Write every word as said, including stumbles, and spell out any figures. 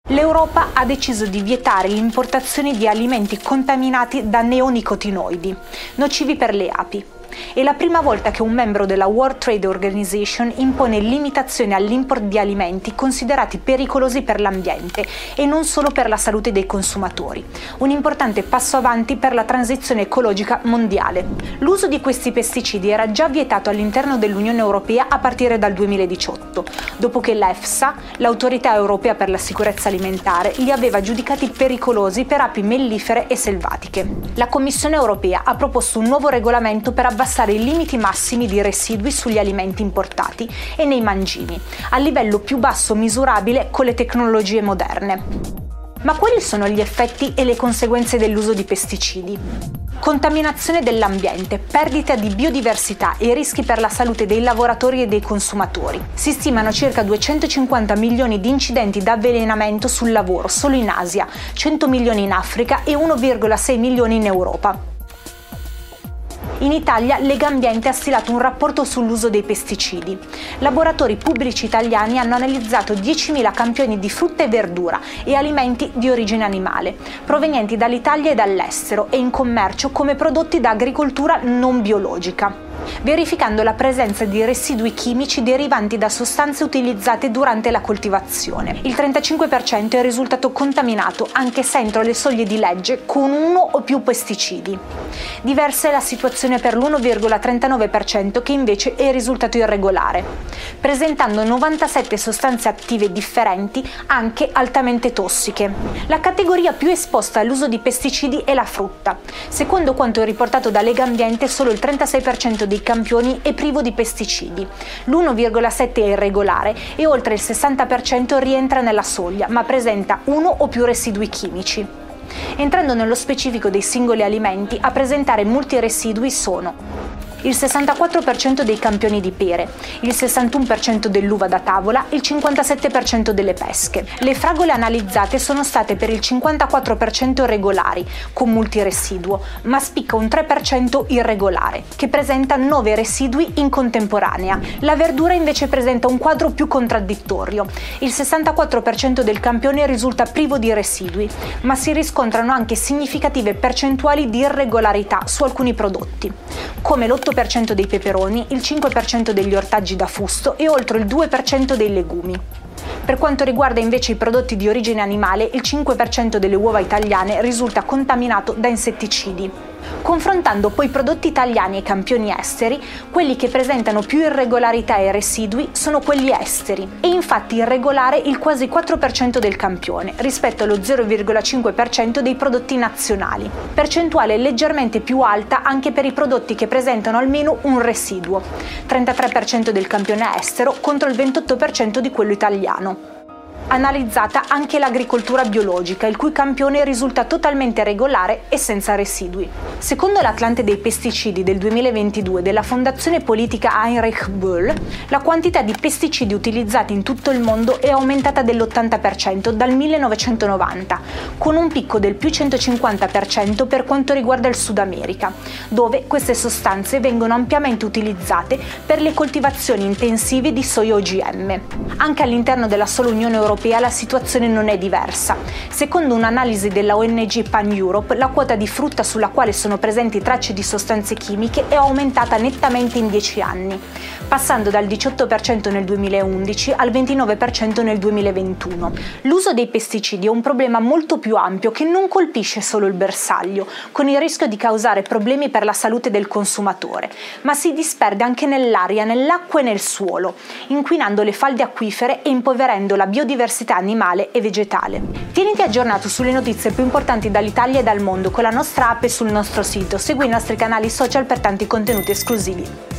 L'Europa ha deciso di vietare l'importazione di alimenti contaminati da neonicotinoidi, nocivi per le api. È la prima volta che un membro della World Trade Organization impone limitazioni all'import di alimenti considerati pericolosi per l'ambiente e non solo per la salute dei consumatori. Un importante passo avanti per la transizione ecologica mondiale. L'uso di questi pesticidi era già vietato all'interno dell'Unione Europea a partire dal duemiladiciotto, dopo che l'EFSA, l'Autorità Europea per la Sicurezza Alimentare, li aveva giudicati pericolosi per api mellifere e selvatiche. La Commissione Europea ha proposto un nuovo regolamento per abbassare i limiti massimi di residui sugli alimenti importati e nei mangimi, al livello più basso misurabile con le tecnologie moderne. Ma quali sono gli effetti e le conseguenze dell'uso di pesticidi? Contaminazione dell'ambiente, perdita di biodiversità e rischi per la salute dei lavoratori e dei consumatori. Si stimano circa duecentocinquanta milioni di incidenti da avvelenamento sul lavoro solo in Asia, cento milioni in Africa e uno virgola sei milioni in Europa. In Italia Legambiente ha stilato un rapporto sull'uso dei pesticidi. Laboratori pubblici italiani hanno analizzato diecimila campioni di frutta e verdura e alimenti di origine animale, provenienti dall'Italia e dall'estero e in commercio come prodotti da agricoltura non biologica, verificando la presenza di residui chimici derivanti da sostanze utilizzate durante la coltivazione. Il trentacinque per cento è risultato contaminato anche se entro le soglie di legge con uno o più pesticidi. Diversa è la situazione per l'uno virgola trentanove per cento che invece è risultato irregolare, presentando novantasette sostanze attive differenti, anche altamente tossiche. La categoria più esposta all'uso di pesticidi è la frutta. Secondo quanto riportato da Legambiente, solo il trentasei per cento dei campioni è privo di pesticidi, l'uno virgola sette per cento è irregolare e oltre il sessanta per cento rientra nella soglia, ma presenta uno o più residui chimici. Entrando nello specifico dei singoli alimenti, a presentare molti residui sono il sessantaquattro per cento dei campioni di pere, il sessantuno per cento dell'uva da tavola, il cinquantasette per cento delle pesche. Le fragole analizzate sono state per il cinquantaquattro per cento regolari, con multiresiduo, ma spicca un tre per cento irregolare, che presenta nove residui in contemporanea. La verdura invece presenta un quadro più contraddittorio. Il sessantaquattro per cento del campione risulta privo di residui, ma si riscontrano anche significative percentuali di irregolarità su alcuni prodotti, come l'otto per cento dei peperoni, il cinque per cento degli ortaggi da fusto e oltre il due per cento dei legumi. Per quanto riguarda invece i prodotti di origine animale, il cinque per cento delle uova italiane risulta contaminato da insetticidi. Confrontando poi i prodotti italiani e i campioni esteri, quelli che presentano più irregolarità e residui sono quelli esteri, e infatti irregolare il quasi quattro per cento del campione rispetto allo zero virgola cinque per cento dei prodotti nazionali, percentuale leggermente più alta anche per i prodotti che presentano almeno un residuo, trentatré per cento del campione estero contro il ventotto per cento di quello italiano. Analizzata anche l'agricoltura biologica, il cui campione risulta totalmente regolare e senza residui. Secondo l'Atlante dei pesticidi del duemilaventidue della fondazione politica Heinrich Böll, la quantità di pesticidi utilizzati in tutto il mondo è aumentata dell'ottanta per cento dal millenovecentonovanta, con un picco del più centocinquanta per cento per quanto riguarda il Sud America, dove queste sostanze vengono ampiamente utilizzate per le coltivazioni intensive di soia O G M. Anche all'interno della sola Unione Europea la situazione non è diversa. Secondo un'analisi della O N G Pan Europe, la quota di frutta sulla quale sono presenti tracce di sostanze chimiche è aumentata nettamente in dieci anni, passando dal diciotto per cento nel duemilaundici al ventinove per cento nel duemilaventuno. L'uso dei pesticidi è un problema molto più ampio che non colpisce solo il bersaglio, con il rischio di causare problemi per la salute del consumatore, ma si disperde anche nell'aria, nell'acqua e nel suolo, inquinando le falde acquifere e impoverendo la biodiversità animale e vegetale. Tieniti aggiornato sulle notizie più importanti dall'Italia e dal mondo con la nostra app e sul nostro sito. Segui i nostri canali social per tanti contenuti esclusivi.